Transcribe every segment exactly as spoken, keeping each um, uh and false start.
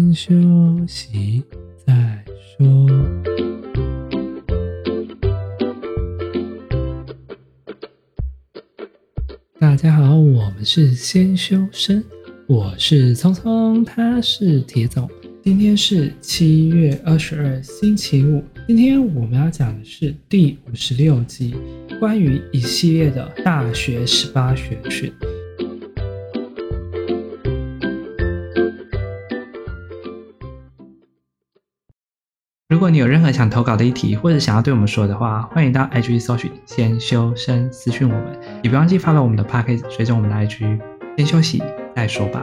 先休息再说。大家好，我们是先修身，我是聪聪，他是铁总。今天是七月二十二，星期五。今天我们要讲的是第五十六集，关于一系列的大学十八学群。如果你有任何想投稿的议题，或者想要对我们说的话，欢迎到 I G 搜寻先修身私讯我们，也不忘记 follow 我们的 podcast， 追踪我们的 I G。 先休息再说吧。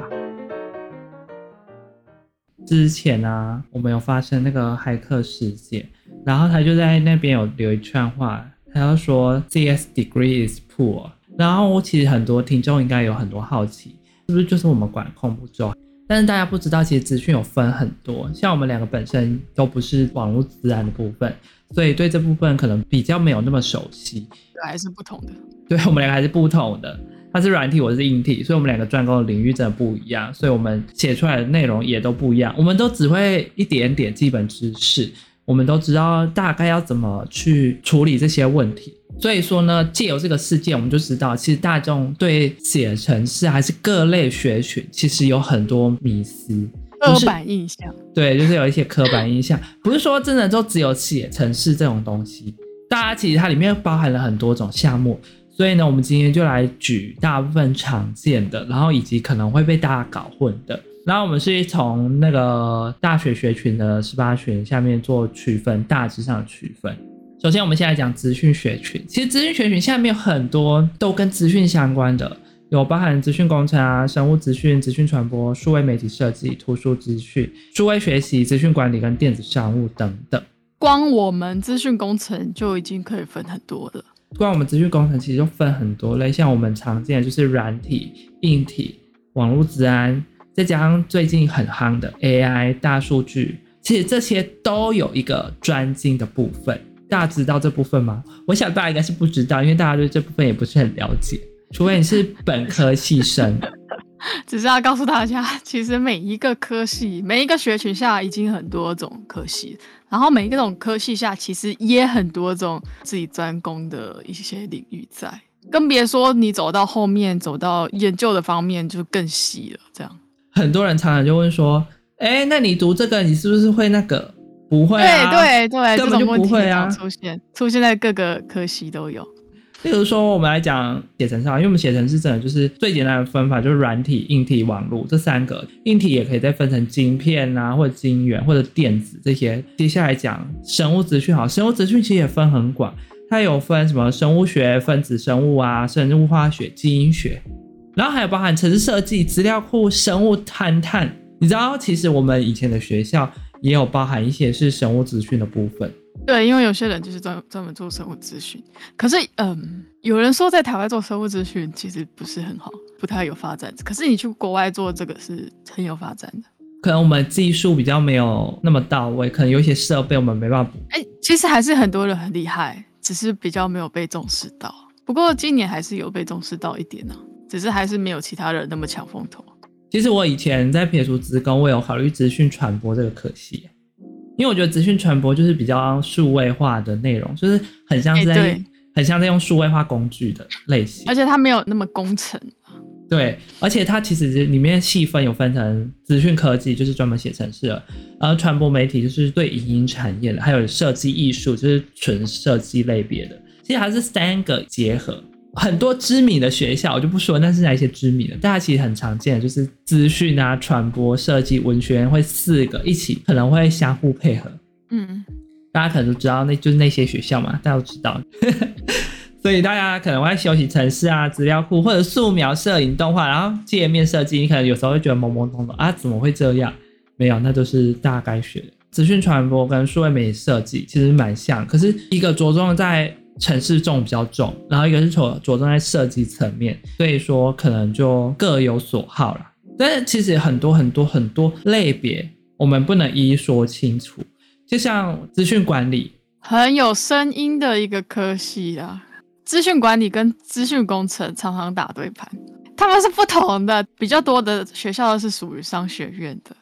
之前啊，我们有发生那个骇客事件，然后他就在那边有留一串话，他就说 C S degree is poor。 然后我其实很多听众应该有很多好奇，是不是就是我们管控不周？但是大家不知道，其实资讯有分很多，像我们两个本身都不是网络资安的部分，所以对这部分可能比较没有那么熟悉。 还是不同的。 对，我们两个还是不同的，他是软体，我是硬体，所以我们两个专攻的领域真的不一样，所以我们写出来的内容也都不一样。我们都只会一点点基本知识，我们都知道大概要怎么去处理这些问题。所以说呢，借由这个事件，我们就知道其实大众对写程式还是各类学群其实有很多迷思， 刻板印象。 对，就是有一些刻板印象，不是说真的就只有写程式这种东西，大家其实它里面包含了很多种项目。所以呢，我们今天就来举大部分常见的，然后以及可能会被大家搞混的。然后我们是从那个大学学群的十八群下面做区分，大致上的区分。首先我们现在讲资讯学群，其实资讯学群下面有很多都跟资讯相关的，有包含资讯工程啊、生物资讯、资讯传播、数位媒体设计、图书资讯、数位学习、资讯管理跟电子商务等等。 光我们资讯工程就已经可以分很多了。 光我们资讯工程其实就分很多类，像我们常见的就是软体、硬体、网络资安，再加上最近很夯的 A I、大数据，其实这些都有一个专精的部分。大家知道这部分吗？我想大家应该是不知道，因为大家对这部分也不是很了解，除非你是本科系生。 只是要告诉大家，其实每一个科系、每一个学群下已经很多种科系，然后每一个种科系下其实也很多种自己专攻的一些领域在，更别说你走到后面走到研究的方面就更细了。这样很多人常常就问说，哎，那你读这个你是不是会那个？不会啊， 对对对， 根本就不会啊， 出现出现在各个科系都有。 例如说我们来讲写程式，因为我们写程式真的就是最简单的分法就是软体、硬体、网络这三个，硬体也可以再分成晶片啊，或者晶圆或者电子这些。接下来讲生物资讯，好，生物资讯其实也分很广，它有分什么生物学、分子生物啊、生物化学、基因学，然后还有包含程式设计、资料库、生物勘探。你知道其实我们以前的学校也有包含一些是生物资讯的部分。 对，因为有些人就是专专门做生物资讯，可是嗯，有人说在台湾做生物资讯其实不是很好，不太有发展。可是你去国外做这个是很有发展的。 可能我们技术比较没有那么到位，可能有一些设备我们没办法补。 哎，其实还是很多人很厉害，只是比较没有被重视到。不过今年还是有被重视到一点啊，只是还是没有其他人那么抢风头。 其实我以前在撇除资工，我有考虑资讯传播这个科系，因为我觉得资讯传播就是比较数位化的内容，就是很像是在、欸、很像在用数位化工具的类型， 而且它没有那么工程。 对，而且它其实里面细分有分成资讯科技，就是专门写程式了，而传播媒体就是对影音产业的，还有设计艺术就是纯设计类别的，其实还是三个结合。很多知名的学校我就不说那是哪一些知名的，大家其实很常见的就是资讯啊、传播、设计、文学院会四个一起可能会相互配合。嗯，大家可能都知道那就是那些学校嘛，大家都知道。所以大家可能会修习程式啊、资料库或者素描、摄影、动画，然后界面设计，你可能有时候会觉得懵懵懂懂啊，怎么会这样？没有，那都是大家该学的。资讯传播跟数位媒体设计其实蛮像，可是一个着重在程式重比较重，然后一个是着重在设计层面，所以说可能就各有所好啦。但是其实很多很多很多类别我们不能一一说清楚，就像资讯管理很有声音的一个科系啊，资讯管理跟资讯工程常常打对盘，他们是不同的，比较多的学校是属于商学院的。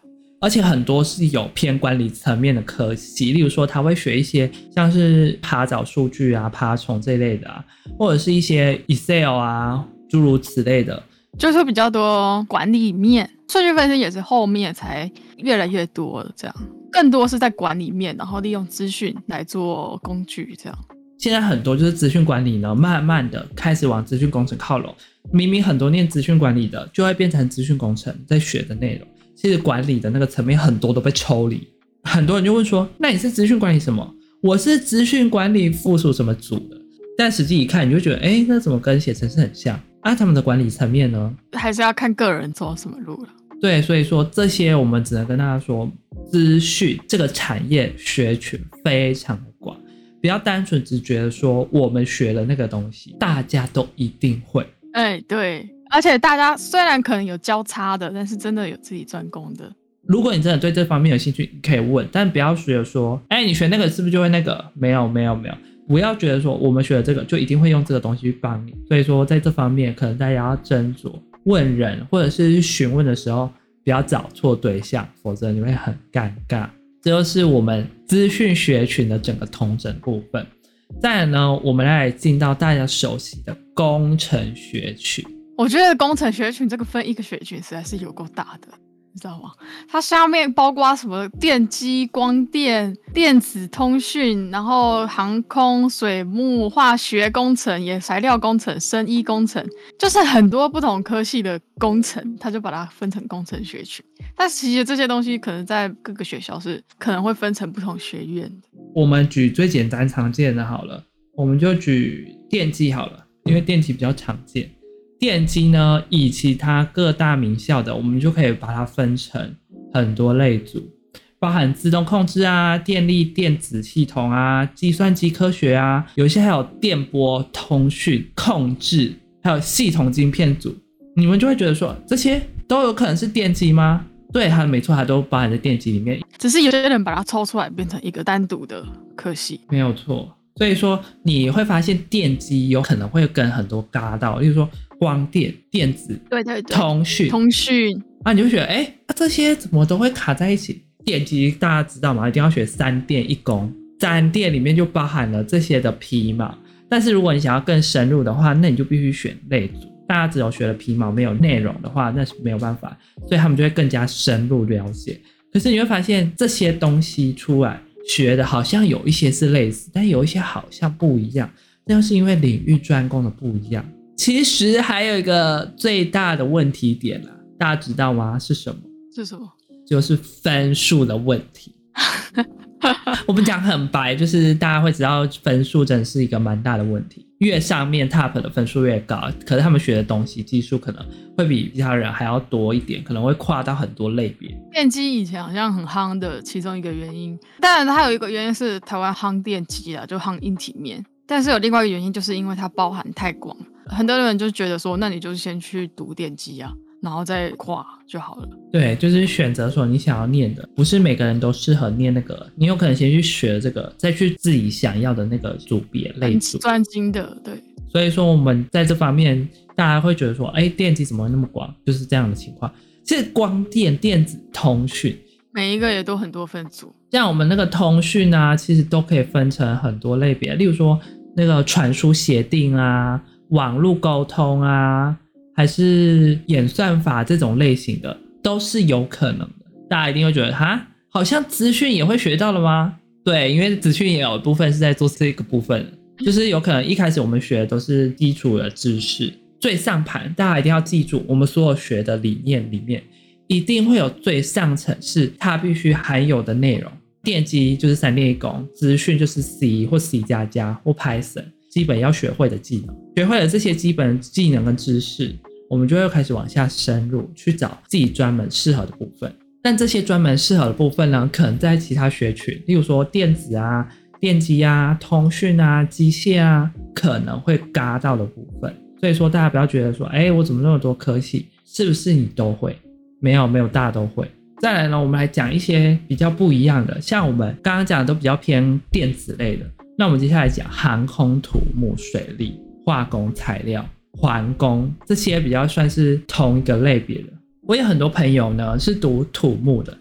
而且很多是有偏管理层面的科系，例如说他会学一些像是爬找数据啊、爬虫这一类的啊，或者是一些 Excel 啊诸如此类的， 就是比较多管理面，数据分析也是后面才越来越多了，这样更多是在管理面，然后利用资讯来做工具这样。 现在很多就是资讯管理呢，慢慢的开始往资讯工程靠拢。明明很多念资讯管理的，就会变成资讯工程在学的内容。其实管理的那个层面很多都被抽离。很多人就问说，那你是资讯管理什么？我是资讯管理附属什么组的。但实际一看，你就觉得，哎，那怎么跟写程式很像？啊，他们的管理层面呢？还是要看个人走什么路了。 对，所以说这些我们只能跟大家说，资讯这个产业学群非常的广。不要单纯只觉得说我们学了那个东西大家都一定会。 哎，对，而且大家虽然可能有交叉的，但是真的有自己专攻的。 如果你真的对这方面有兴趣，你可以问，但不要觉得说，哎，你学那个是不是就会那个？没有没有没有，不要觉得说我们学了这个就一定会用这个东西去帮你。所以说在这方面可能大家要斟酌，问人或者是询问的时候不要找错对象，否则你会很尴尬。这就是我们资讯学群的整个统整部分。再来呢，我们来进到大家熟悉的工程学群。 我觉得工程学群这个分一个学群实在是有够大的，你知道吗？它下面包括什么电机、光电、电子通讯，然后航空、水木、化学工程、也材料工程、生医工程，就是很多不同科系的工程，它就把它分成工程学群。但其实这些东西可能在各个学校是可能会分成不同学院的。 我们举最简单常见的好了，我们就举电机好了，因为电机比较常见。电机呢，以其他各大名校的，我们就可以把它分成很多类组，包含自动控制啊、电力电子系统啊、计算机科学啊，有一些还有电波通讯控制，还有系统晶片组。你们就会觉得说，这些都有可能是电机吗？对，它没错，它都包含在电机里面， 只是有些人把它抽出来变成一个单独的科系， 没有错。所以说你会发现电机有可能会跟很多嘎到，例如说光电、电子、 对对对、 通讯、 通讯啊，你就觉得哎、啊，这些怎么都会卡在一起？电机大家知道吗？一定要学三电一工，三电里面就包含了这些的皮毛。但是如果你想要更深入的话，那你就必须选类组。大家只有学了皮毛没有内容的话，那是没有办法，所以他们就会更加深入了解。可是你会发现这些东西出来学的好像有一些是类似，但有一些好像不一样，那就是因为领域专攻的不一样。其实还有一个最大的问题点啦，大家知道吗？是什么？ 是什么？ 就是分数的问题。我们讲很白，就是大家会知道分数真的是一个蛮大的问题，越上面 top 的分数越高，可是他们学的东西技术可能会比其他人还要多一点，可能会跨到很多类别。 电机以前好像很夯的其中一个原因，当然它有一个原因是台湾夯电机啦，就夯硬体面，但是有另外一个原因，就是因为它包含太广，很多人就觉得说，那你就先去读电机啊，然后再跨就好了。 对，就是选择说你想要念的，不是每个人都适合念那个，你有可能先去学这个，再去自己想要的那个组别类组， 专精的。对， 所以说我们在这方面大家会觉得说，哎，电机怎么会那么广，就是这样的情况。其实光电、电子、通讯每一个也都很多分组， 像我们那个通讯啊，其实都可以分成很多类别，例如说那个传输协定啊、网络沟通啊，还是演算法这种类型的，都是有可能的。大家一定会觉得，哈，好像资讯也会学到了吗？对，因为资讯也有一部分是在做这个部分，就是有可能一开始我们学的都是基础的知识，最上盘大家一定要记住，我们所有学的理念里面一定会有最上层是它必须含有的内容。电机就是三电一工，资讯就是 C 或 C 加加或 Python， 基本要学会的技能。学会了这些基本技能跟知识，我们就会开始往下深入去找自己专门适合的部分。但这些专门适合的部分呢，可能在其他学群，例如说电子啊、电机啊、通讯啊、机械啊，可能会嘎到的部分。所以说大家不要觉得说，哎，我怎么那么多科系，是不是你都会？没有没有，大家都会。再来呢，我们来讲一些比较不一样的，像我们刚刚讲的都比较偏电子类的，那我们接下来讲航空、土木、水利、化工、材料、环工，这些比较算是同一个类别的。我有很多朋友呢是读土木的，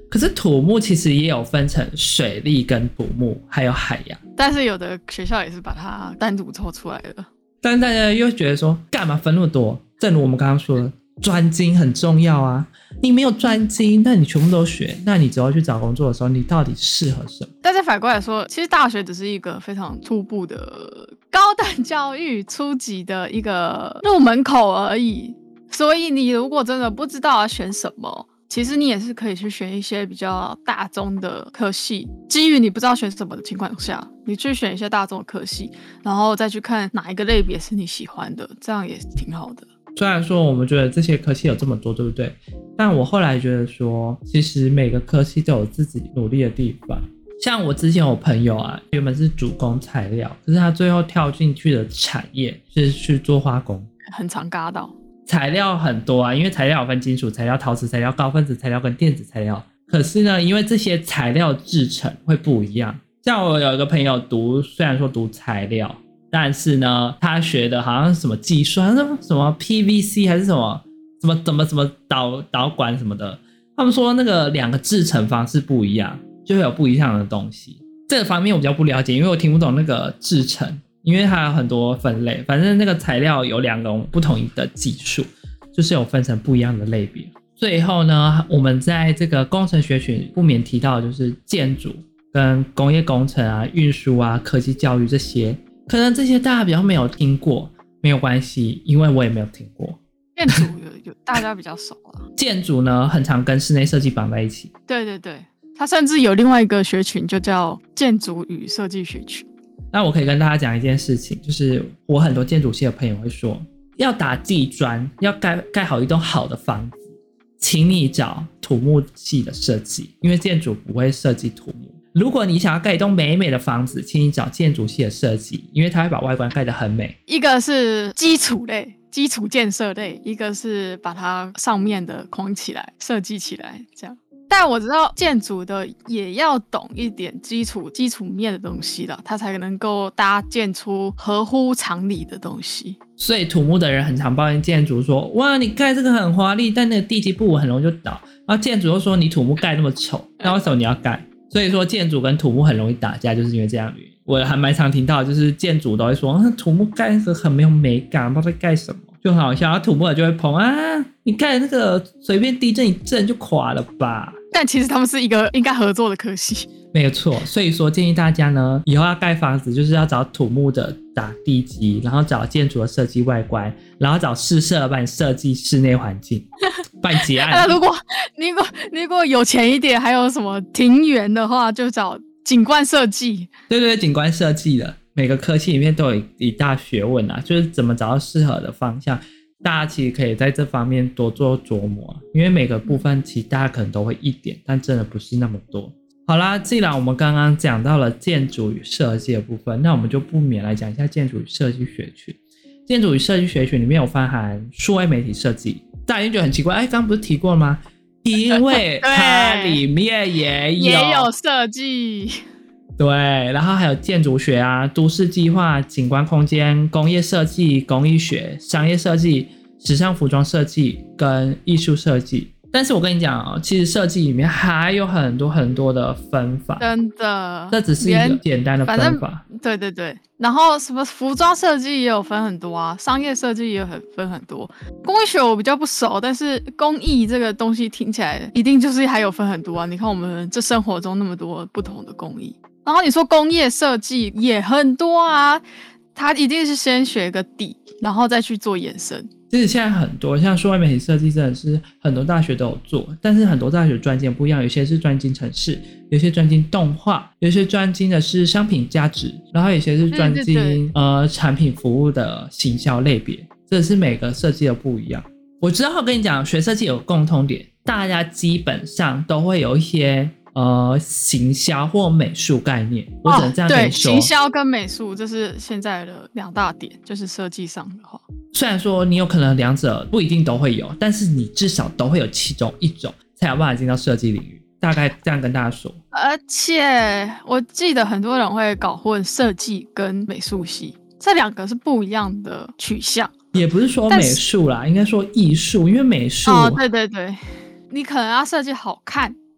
可是土木其实也有分成水利跟土木还有海洋， 但是有的学校也是把它单独抽出来的， 但是大家又觉得说干嘛分那么多，正如我们刚刚说的专精很重要啊，你没有专精，那你全部都学，那你只要去找工作的时候你到底适合什么？ 但是反过来说，其实大学只是一个非常初步的高等教育初级的一个入门口而已，所以你如果真的不知道要选什么，其实你也是可以去选一些比较大众的科系，基于你不知道选什么的情况下，你去选一些大众的科系，然后再去看哪一个类别是你喜欢的，这样也挺好的。 虽然说我们觉得这些科系有这么多，对不对？但我后来觉得说，其实每个科系都有自己努力的地方。像我之前有朋友啊，原本是主攻材料，可是他最后跳进去的产业是去做化工， 很常嘎到。 材料很多啊，因为材料有分金属材料、陶瓷材料、高分子材料跟电子材料。可是呢，因为这些材料制成会不一样。像我有一个朋友读，虽然说读材料，但是呢，他学的好像是什么技术，好像什么 P V C 还是什么什么怎么怎么导导管什么的。他们说那个两个制成方式不一样，就会有不一样的东西。这个方面我比较不了解，因为我听不懂那个制成。因为它有很多分类，反正那个材料有两种不同的技术，就是有分成不一样的类别。最后呢，我们在这个工程学群不免提到的就是建筑跟工业工程啊、运输啊、科技教育这些，可能这些大家比较没有听过，没有关系，因为我也没有听过。 建筑有有大家比较熟啊。 建筑呢，很常跟室内设计绑在一起。 对对对，它甚至有另外一个学群，就叫建筑与设计学群。 那我可以跟大家讲一件事情，就是我很多建筑系的朋友会说，要打地砖，要 盖, 盖好一栋好的房子，请你找土木系的设计，因为建筑不会设计土木。如果你想要盖一栋美美的房子，请你找建筑系的设计，因为它会把外观盖得很美。 一个是基础类基础建设类，一个是把它上面的框起来设计起来这样。但我知道建筑的也要懂一点基础基础面的东西了，它才能够搭建出合乎常理的东西。 所以土木的人很常抱怨建筑说，哇，你盖这个很华丽，但那个地基不稳很容易就倒。然后建筑又说你土木盖那么丑，那为什么你要盖？所以说建筑跟土木很容易打架，就是因为这样的原因。我还蛮常听到，就是建筑都会说，啊、土木盖的很没有美感，不知道在盖什么，就很好笑。然后土木的就会捧啊，你盖那个随便地震一震就垮了吧。 但其实他们是一个应该合作的科系， 没有错。所以说建议大家呢，以后要盖房子就是要找土木的打地基，然后找建筑的设计外观，然后找室设帮你设计室内环境，帮你结案。 那如果你如果你如果有钱一点，还有什么庭园的话，就找景观设计。 对对对，景观设计的每个科系里面都有一大学问啊，就是怎么找到适合的方向。大家其实可以在这方面多做琢磨，因为每个部分其实大家可能都会一点，但真的不是那么多。好啦，既然我们刚刚讲到了建筑与设计的部分，那我们就不免来讲一下建筑与设计学群。建筑与设计学群里面有包含数位媒体设计，大家一定觉得很奇怪，哎，刚刚不是提过了吗？因为它里面也有也有设计。 对，然后还有建筑学啊、都市计划、景观空间、工业设计、工艺学、商业设计、时尚服装设计跟艺术设计。但是我跟你讲哦，其实设计里面还有很多很多的分法， 真的， 这只是一个简单的分法。 对对对，然后什么服装设计也有分很多啊，商业设计也有很分很多。工艺学我比较不熟，但是工艺这个东西听起来一定就是还有分很多啊。你看我们这生活中那么多不同的工艺。然后你说工业设计也很多啊，它一定是先学个底，然后再去做延伸。 其实现在很多像数位媒体设计真的是很多大学都有做，但是很多大学专精不一样，有些是专精程式，有些专精动画，有些专精的是商品价值，然后有些是专精对对对呃产品服务的行销类别，这是每个设计的不一样。我之后跟你讲，学设计有共通点，大家基本上都会有一些呃，行销或美术概念，我只能这样跟你说。 哦、对，行销跟美术这是现在的两大点，就是设计上的话。 虽然说你有可能两者不一定都会有，但是你至少都会有其中一种，才有办法进到设计领域。大概这样跟大家说。 而且我记得很多人会搞混设计跟美术系，这两个是不一样的取向。 也不是说美术啦，应该说艺术，因为美术。 哦，对对对，你可能要设计好看。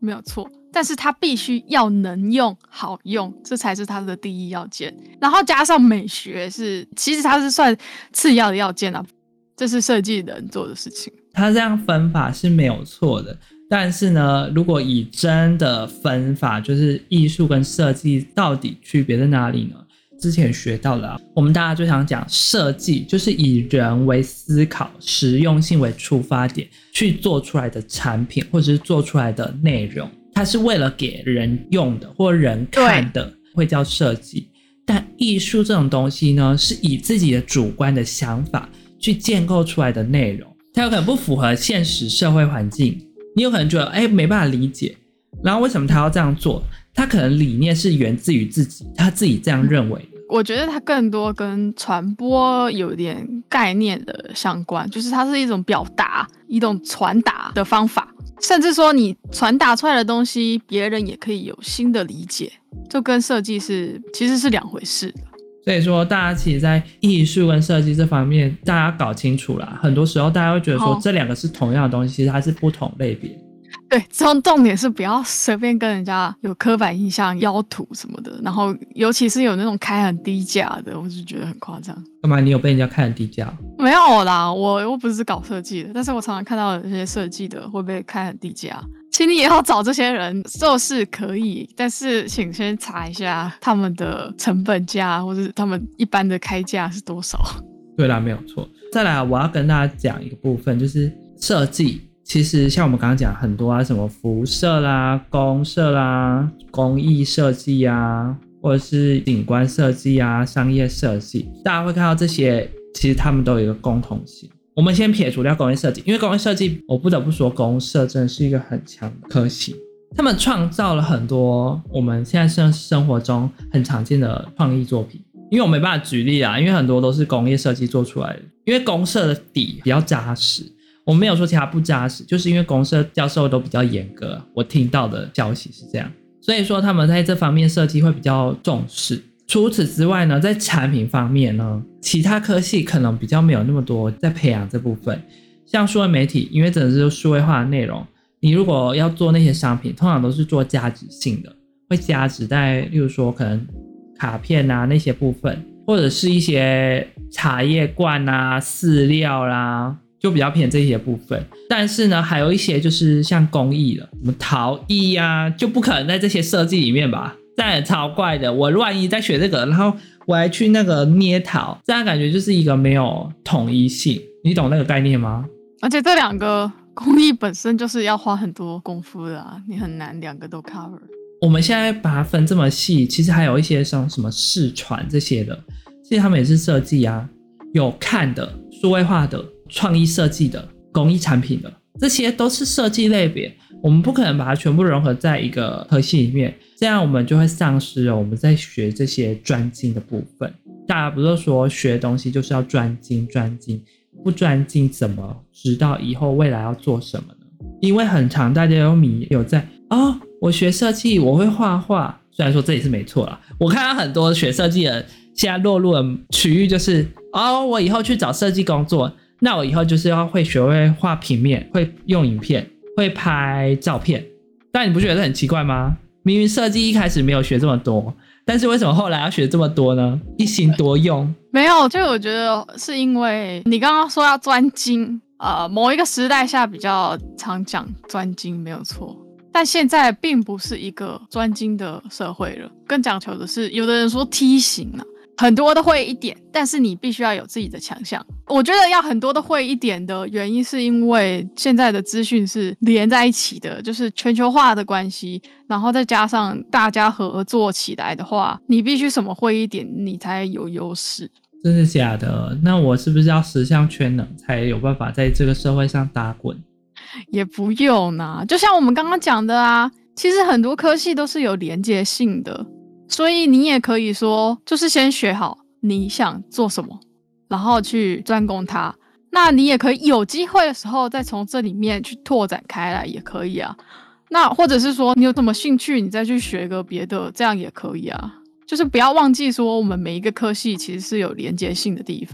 没有错，但是它必须要能用好用，这才是它的第一要件。然后加上美学是，其实它是算次要的要件啊，这是设计人做的事情。 它这样分法是没有错的，但是呢，如果以真的分法，就是艺术跟设计到底区别在哪里呢？之前学到了、啊、我们大家就想讲设计就是以人为思考，实用性为出发点去做出来的产品或者是做出来的内容，它是为了给人用的或人看的，会叫设计。但艺术这种东西呢，是以自己的主观的想法去建构出来的内容，它有可能不符合现实社会环境，你有可能觉得哎没办法理解，然后为什么他要这样做，他可能理念是源自于自己，他自己这样认为的。 我觉得它更多跟传播有点概念的相关，就是它是一种表达，一种传达的方法，甚至说你传达出来的东西别人也可以有新的理解，就跟设计是其实是两回事的。 所以说大家其实在艺术跟设计这方面大家搞清楚啦，很多时候大家会觉得说这两个是同样的东西，其实它是不同类别。 对，重重点是不要随便跟人家有刻板印象、妖图什么的，然后尤其是有那种开很低价的，我就觉得很夸张。 干嘛？你有被人家开很低价？ 没有啦，我我不是搞设计的，但是我常常看到有些设计的会被开很低价，请你也要找这些人做事可以，但是请先查一下他们的成本价或者他们一般的开价是多少。 对啦，没有错。再来我要跟大家讲一个部分，就是设计其实像我们刚刚讲很多啊，什么服设啦、公设啦、工艺设计啊，或者是景观设计啊、商业设计，大家会看到这些其实他们都有一个共同性。我们先撇除掉工业设计，因为工业设计我不得不说公设真的是一个很强的科系，他们创造了很多我们现在生活中很常见的创意作品。因为我没办法举例啊，因为很多都是工业设计做出来的，因为公设的底比较扎实，我没有说其他不扎实，就是因为公设教授都比较严格，我听到的消息是这样，所以说他们在这方面设计会比较重视。除此之外呢，在产品方面呢，其他科系可能比较没有那么多在培养这部分。像数位媒体，因为真的是数位化的内容，你如果要做那些商品，通常都是做价值性的，会价值在例如说可能卡片啊那些部分，或者是一些茶叶罐啊、饲料啦，就比较偏这些部分。但是呢，还有一些就是像工艺了，什么陶艺啊，就不可能在这些设计里面吧，这样也超怪的。我万一在学这个，然后我还去那个捏陶，这样感觉就是一个没有统一性，你懂那个概念吗？ 而且这两个工艺本身就是要花很多功夫的啊，你很难两个都 cover。 我们现在把它分这么细，其实还有一些像什么视传这些的，其实他们也是设计啊，有看的、数位化的、创意设计的、工艺产品的，这些都是设计类别。我们不可能把它全部融合在一个科系里面，这样我们就会丧失了我们在学这些专精的部分。大家不是说学东西就是要专精专精，不专精怎么知道以后未来要做什么呢？因为很常大家有迷有在哦，我学设计我会画画，虽然说这也是没错啦，我看到很多学设计的现在落入的区域就是哦，我以后去找设计工作，那我以后就是要会学会画平面，会用影片，会拍照片。但你不觉得很奇怪吗？明明设计一开始没有学这么多，但是为什么后来要学这么多呢？一心多用。 没有，就我觉得是因为你刚刚说要专精，呃，某一个时代下比较常讲专精没有错，但现在并不是一个专精的社会了，更讲求的是有的人说梯形啊，很多都会一点，但是你必须要有自己的强项。我觉得要很多都会一点的原因是因为现在的资讯是连在一起的，就是全球化的关系，然后再加上大家合作起来的话，你必须什么会一点你才有优势。 真的假的？那我是不是要十项全能才有办法在这个社会上打滚？ 也不用啊，就像我们刚刚讲的啊，其实很多科系都是有连结性的，所以你也可以说就是先学好你想做什么，然后去专攻它，那你也可以有机会的时候再从这里面去拓展开来也可以啊。那或者是说你有什么兴趣你再去学个别的，这样也可以啊。就是不要忘记说我们每一个科系其实是有连结性的地方。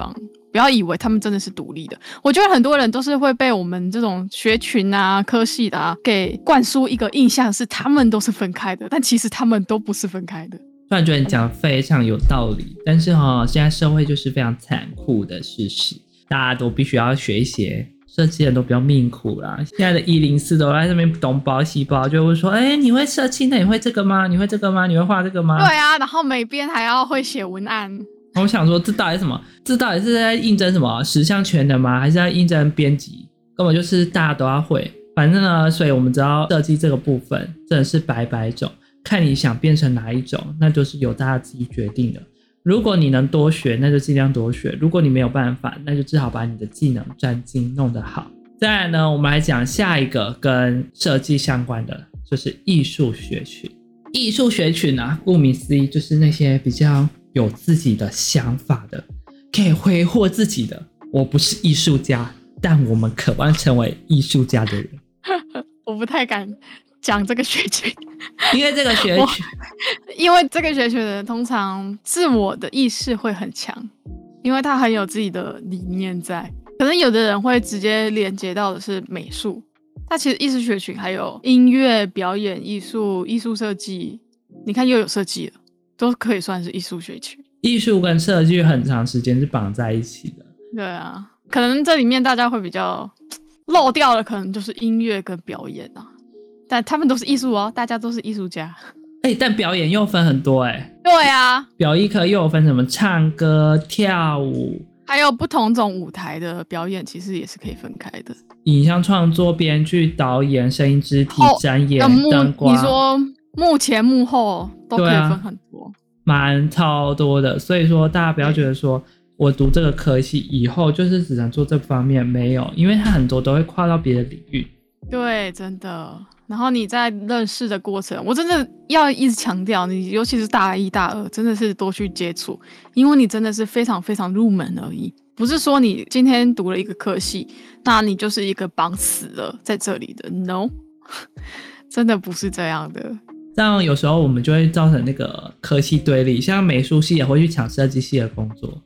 不要以为他们真的是独立的。我觉得很多人都是会被我们这种学群啊、科系的啊给灌输一个印象，是他们都是分开的，但其实他们都不是分开的。 突然觉得你讲得非常有道理，但是哈、哦，现在社会就是非常残酷的事实，大家都必须要学一些。设计人都比较命苦啦，现在的一零四都在那边东包西包，就会说，哎、欸，你会设计？那你会这个吗？你会这个吗？你会画这个吗？ 对啊，然后每边还要会写文案。 我想说，这到底是什么？这到底是在应征什么十项全能吗？还是在应征编辑？根本就是大家都要会。反正呢，所以我们知道设计这个部分真的是百百种，看你想变成哪一种，那就是由大家自己决定的。如果你能多学，那就尽量多学；如果你没有办法，那就只好把你的技能专精弄得好。再来呢，我们来讲下一个跟设计相关的，就是艺术学群。艺术学群啊，顾名思义，就是那些比较有自己的想法的，可以挥霍自己的。我不是艺术家，但我们渴望成为艺术家的人。 我不太敢讲这个学群， 因为这个学群， 因为这个学群的人通常自我的意识会很强，因为他很有自己的理念在。可能有的人会直接连接到的是美术，但其实艺术学群还有音乐、表演艺术、艺术设计，你看又有设计了，都可以算是艺术学群。 艺术跟设计很长时间是绑在一起的。 对啊，可能这里面大家会比较漏掉的，可能就是音乐跟表演啊。但他们都是艺术哦，大家都是艺术家。 哎、欸，但表演又分很多哎、欸。 对啊， 表艺科又有分什么唱歌、跳舞， 还有不同种舞台的表演，其实也是可以分开的。 影像创作、编剧、导演、声音、肢体、展演、灯光。 你说幕前幕后都可以分很多， 蛮、啊、超多的。所以说，大家不要觉得说我读这个科系以后就是只能做这方面，没有，因为它很多都会跨到别的领域。 对，真的。然后你在认识的过程，我真的要一直强调，你尤其是大一大二真的是多去接触，因为你真的是非常非常入门而已，不是说你今天读了一个科系，那你就是一个绑死了在这里的 No 真的不是这样的。 这样有时候我们就会造成那个科系对立，像美术系也会去抢设计系的工作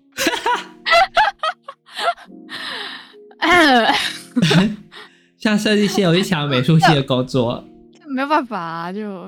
像设计系有去抢美术系的工作没有办法啊，就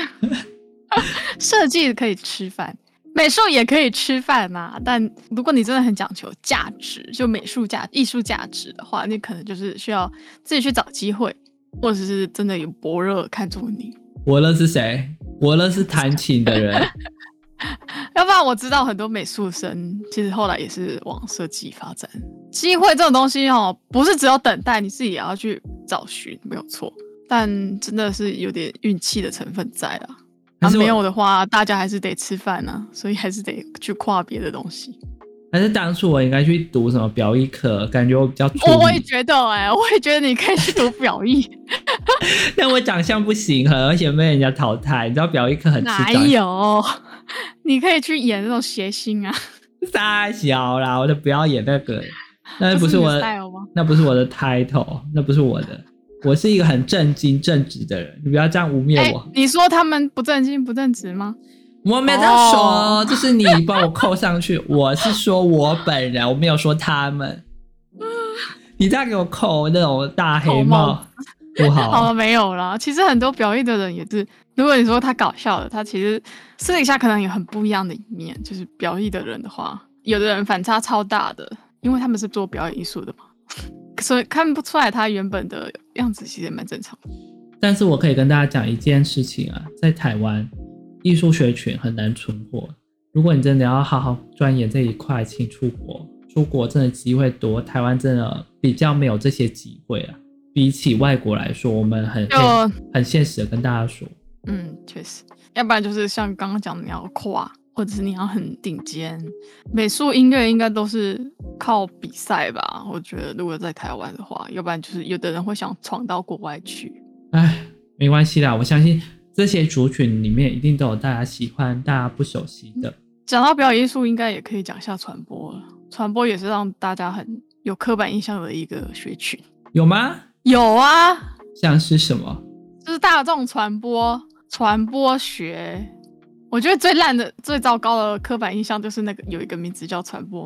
设计可以吃饭，美术也可以吃饭嘛，但如果你真的很讲求价值，就美术价艺术价值的话，你可能就是需要自己去找机会，或者是真的有伯乐看中你。 伯乐是谁？伯乐是弹琴的人要不然我知道很多美术生其实后来也是往设计发展。机会这种东西哦，不是只有等待，你自己也要去找寻，没有错。但真的是有点运气的成分在啦。啊，没有的话，大家还是得吃饭啊，所以还是得去跨别的东西。 还是当初我应该去读什么表艺科，感觉我比较出我也觉得哎、欸，我也觉得你可以去读表艺。 但我长相不行，而且被人家淘汰。你知道表艺科很吃长相。 哪有？你可以去演那种谐星啊。 傻小啦，我就不要演那个，那不是我的，那不是我的 title， 那不是我的。我是一个很正经正直的人，你不要这样污蔑我、 欸。你说他们不正经不正直吗？ 我没有这样说，这、oh. 是你帮我扣上去。我是说我本人，我没有说他们。你这样给我扣那种大黑帽不好。 好了，没有啦。其实很多表艺的人也是，如果你说他搞笑的，他其实私底下可能有很不一样的一面。就是表艺的人的话，有的人反差超大的，因为他们是做表演艺术的嘛，所以看不出来他原本的样子，其实也蛮正常的。 但是我可以跟大家讲一件事情啊，在台湾艺术学群很难存活。如果你真的要好好钻研这一块，请出国。出国真的机会多，台湾真的比较没有这些机会啊。比起外国来说，我们很很现实的跟大家说， 嗯，确实，要不然就是像刚刚讲的，你要跨，或者是你要很顶尖。美术、音乐应该都是靠比赛吧？我觉得如果在台湾的话，要不然就是有的人会想闯到国外去。 哎，没关系啦，我相信这些族群里面一定都有大家喜欢、大家不熟悉的。 讲到表演艺术，应该也可以讲一下传播了。传播也是让大家很有刻板印象的一个学群。 有吗？ 有啊。 像是什么？ 就是大众传播、传播学。我觉得最烂的、最糟糕的刻板印象就是那个有一个名字叫传播妹。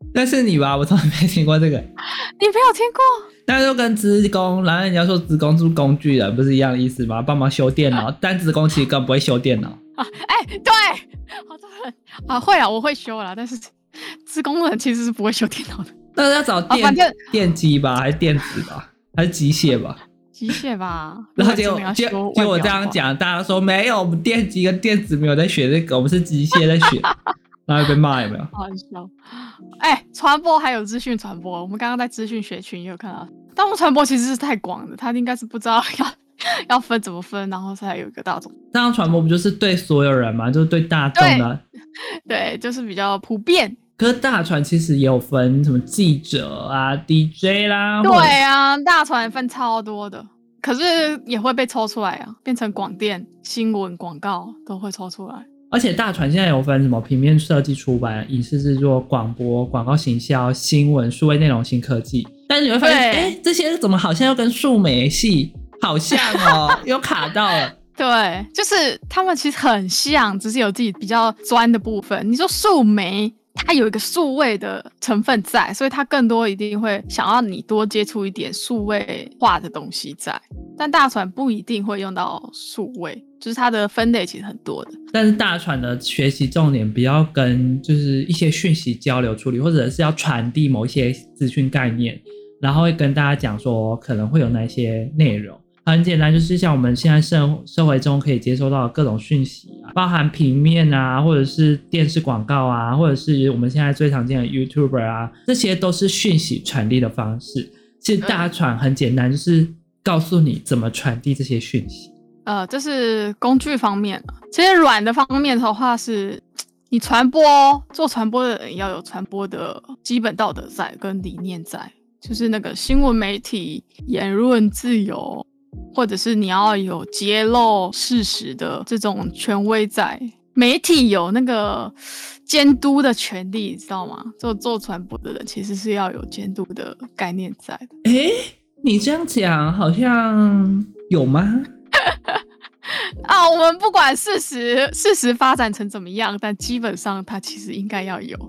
那是你吧？我从来没听过这个。 你没有听过？ 那就跟职工，然后人家说职工是工具人，不是一样的意思吗？帮忙修电脑，但职工其实根本不会修电脑。 啊，哎、欸，对，好多人啊会啊，我会修啦，但是职工人其实是不会修电脑的。 那要找电、啊、电机吧，还是电子吧，还是机械吧？ 机械吧。 然后结果结果我这样讲，大家说没有，我们电机跟电子没有在学这个，我们是机械在学。然后被骂有没有？ 好笑。哎、欸，传播还有资讯传播，我们刚刚在资讯学群也有看到，大众传播其实是太广了，他应该是不知道要要分怎么分，然后才有一个大众。 大众传播不就是对所有人嘛，就是对大众的。 对，就是比较普遍。 可是大传其实也有分什么记者啊、D J 啦。 对啊，大传分超多的，可是也会被抽出来啊，变成广电、新闻、广告都会抽出来。 而且大传现在有分什么平面设计、出版、影视制作、广播、广告行销、新闻、数位内容、新科技。但是你会发现，哎，这些怎么好像又跟数媒系好像哦，又卡到了。 对，就是他们其实很像，只是有自己比较专的部分。你说数媒，它有一个数位的成分在，所以它更多一定会想要你多接触一点数位化的东西在。但大传不一定会用到数位，就是它的分类其实很多的。 但是大传的学习重点比较跟就是一些讯息交流处理，或者是要传递某一些资讯概念，然后会跟大家讲说可能会有哪些内容。很简单，就是像我们现在 社, 社会中可以接收到的各种讯息啊，包含平面啊，或者是电视广告啊，或者是我们现在最常见的 YouTuber 啊，这些都是讯息传递的方式。其实大传很简单，就是告诉你怎么传递这些讯息。 呃，这是工具方面。其实软的方面的话是，你传播做传播的人要有传播的基本道德在跟理念在，就是那个新闻媒体言论自由，或者是你要有揭露事实的这种权威在，媒体有那个监督的权利，知道吗？做做传播的人其实是要有监督的概念在的。 诶，你这样讲好像有吗？ 啊，我们不管事实事实发展成怎么样，但基本上它其实应该要有。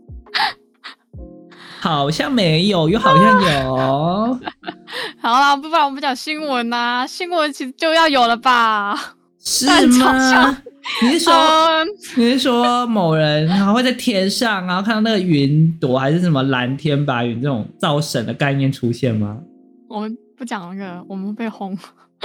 好像没有，又好像有。 好啦，不然我们讲新闻啊，新闻其实就要有了吧？ 是吗？你是说、嗯、你是说某人然后会在天上，然后看到那个云朵还是什么蓝天白云这种造神的概念出现吗？ 我们不讲那个，我们被轰。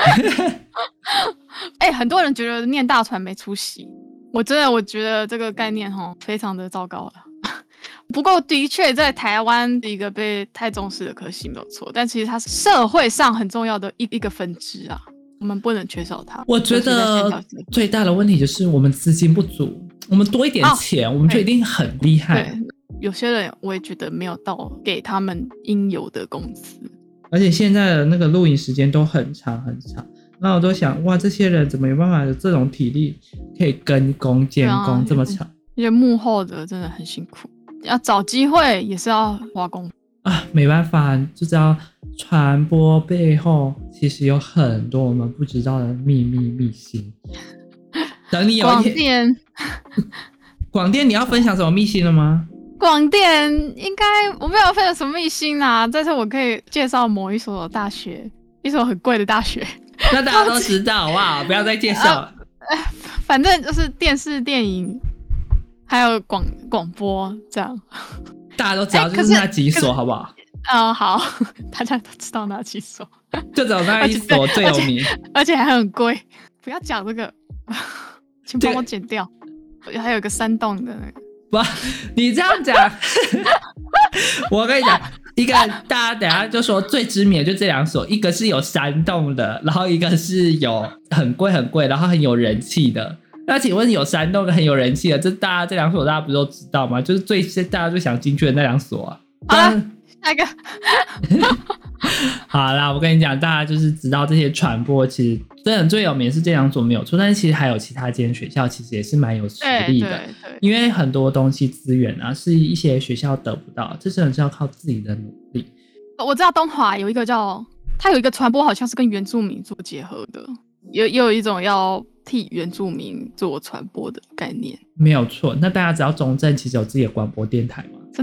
哎、欸，很多人觉得念大传没出息，我真的我觉得这个概念齁非常的糟糕了。不过的确在台湾一个被太重视的科系没有错，但其实它是社会上很重要的一一个分支啊，我们不能缺少它。 我觉得最大的问题就是我们资金不足，我们多一点钱、哦、我们就一定很厉害。 对，有些人我也觉得没有到给他们应有的工资， 而且现在的那个录影时间都很长很长，那我都想哇，这些人怎么有办法有这种体力可以跟工监工这么长？ 因为幕后的真的很辛苦，要找机会也是要花功夫啊，没办法，就知道传播背后其实有很多我们不知道的秘密秘辛。等你有一天， 广电， 广电你要分享什么秘辛了吗？ 广电应该我没有分享什么秘辛啦，但是我可以介绍某一所大学，一所很贵的大学。 那大家都知道好不好？不要再介绍了、 呃。反正就是电视、电影。还有广广播这样， 大家都知道就是那几所，好不好？ 嗯、呃，好，大家都知道那几所， 就只有那一所最有名， 而 且, 而且还很贵。不要讲这个，请帮我剪掉。还有一个山洞的那个， 不，你这样讲，我跟你讲，一个大家等一下就说最知名的就这两所，一个是有山洞的，然后一个是有很贵很贵，然后很有人气的。那请问有山洞跟很有人气的，这大家这两所大家不都知道吗？就是最大家最想进去的那两所啊。 好了，下一个。 好啦，我跟你讲，大家就是知道这些传播，其实真的最有名是这两所没有错，但是其实还有其他间学校，其实也是蛮有实力的。 对对对， 因为很多东西资源啊，是一些学校得不到，这真的是要靠自己的努力。 我知道东华有一个叫，它有一个传播好像是跟原住民做结合的，也也有一种要替原住民做传播的概念。 没有错，那大家知道中正其实有自己的广播电台吗？ 真的、哦？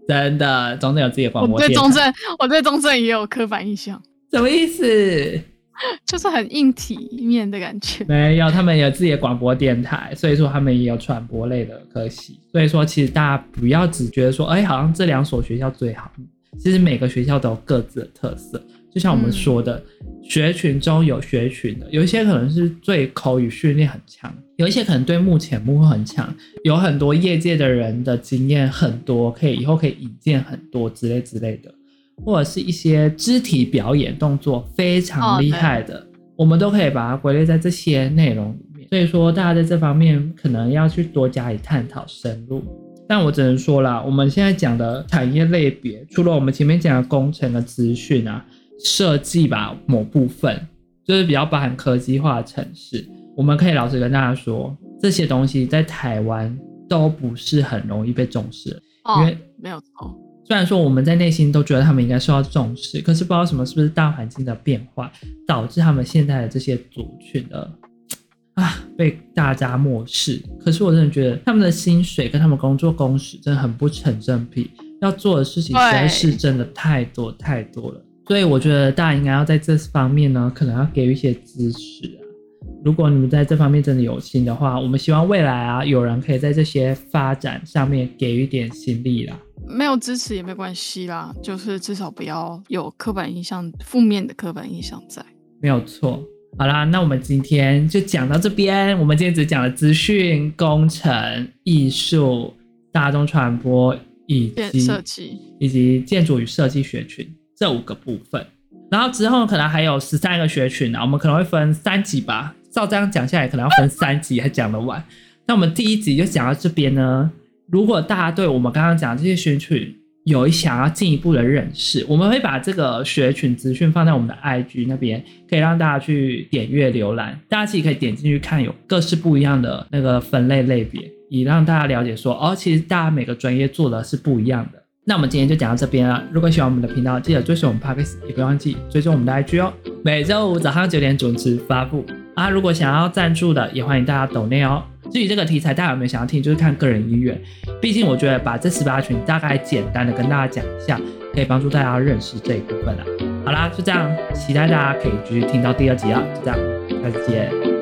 真的，中正有自己的广播我对电台。 中正，我对中正也有刻板印象， 什么意思？ 就是很硬体面的感觉。 没有，他们有自己的广播电台，所以说他们也有传播类的科系。所以说，其实大家不要只觉得说，哎，好像这两所学校最好。其实每个学校都有各自的特色，就像我们说的，嗯、学群中有学群的，有一些可能是对口语训练很强，有一些可能对幕前幕后很强，有很多业界的人的经验很多，可以以后可以引荐很多之类之类的。或者是一些肢体表演动作非常厉害的、哦、我们都可以把它归类在这些内容里面。所以说大家在这方面可能要去多加以探讨深入。但我只能说啦，我们现在讲的产业类别，除了我们前面讲的工程的资讯啊、设计吧，某部分就是比较包含科技化的城市，我们可以老实跟大家说，这些东西在台湾都不是很容易被重视的、 哦、 因为没有错。 虽然说我们在内心都觉得他们应该受到重视，可是不知道什么是不是大环境的变化导致他们现在的这些族群的啊被大家漠视。可是我真的觉得他们的薪水跟他们工作工时真的很不成正比，要做的事情实在是真的太多太多了。所以我觉得大家应该要在这方面呢，可能要给予一些支持啊。如果你们在这方面真的有心的话，我们希望未来啊有人可以在这些发展上面给予一点心力啦。 没有支持也没关系啦，就是至少不要有刻板印象，负面的刻板印象在。 没有错。好啦，那我们今天就讲到这边。我们今天只讲了资讯、工程、艺术、大众传播以及设计以及建筑与设计学群这五个部分。然后之后可能还有十三个学群啊，我们可能会分三集吧。照这样讲下来，可能要分三集还讲得完。那我们第一集就讲到这边呢。如果大家对我们刚刚讲的这些学群有想要进一步的认识，我们会把这个学群资讯放在我们的 I G 那边，可以让大家去点阅浏览。大家其实可以点进去看，有各式不一样的那个分类类别，以让大家了解说，哦，其实大家每个专业做的是不一样的。那我们今天就讲到这边了。如果喜欢我们的频道，记得追随我们 Podcast， 也不要忘记追踪我们的 I G 哦。每周五早上九点准时发布啊！如果想要赞助的，也欢迎大家抖内哦。至于这个题材大家有没有想要听，就是看个人意愿。毕竟我觉得把这十八群大概简单的跟大家讲一下，可以帮助大家认识这一部分啦。好啦，就这样，期待大家可以继续听到第二集啊！就这样，下次见。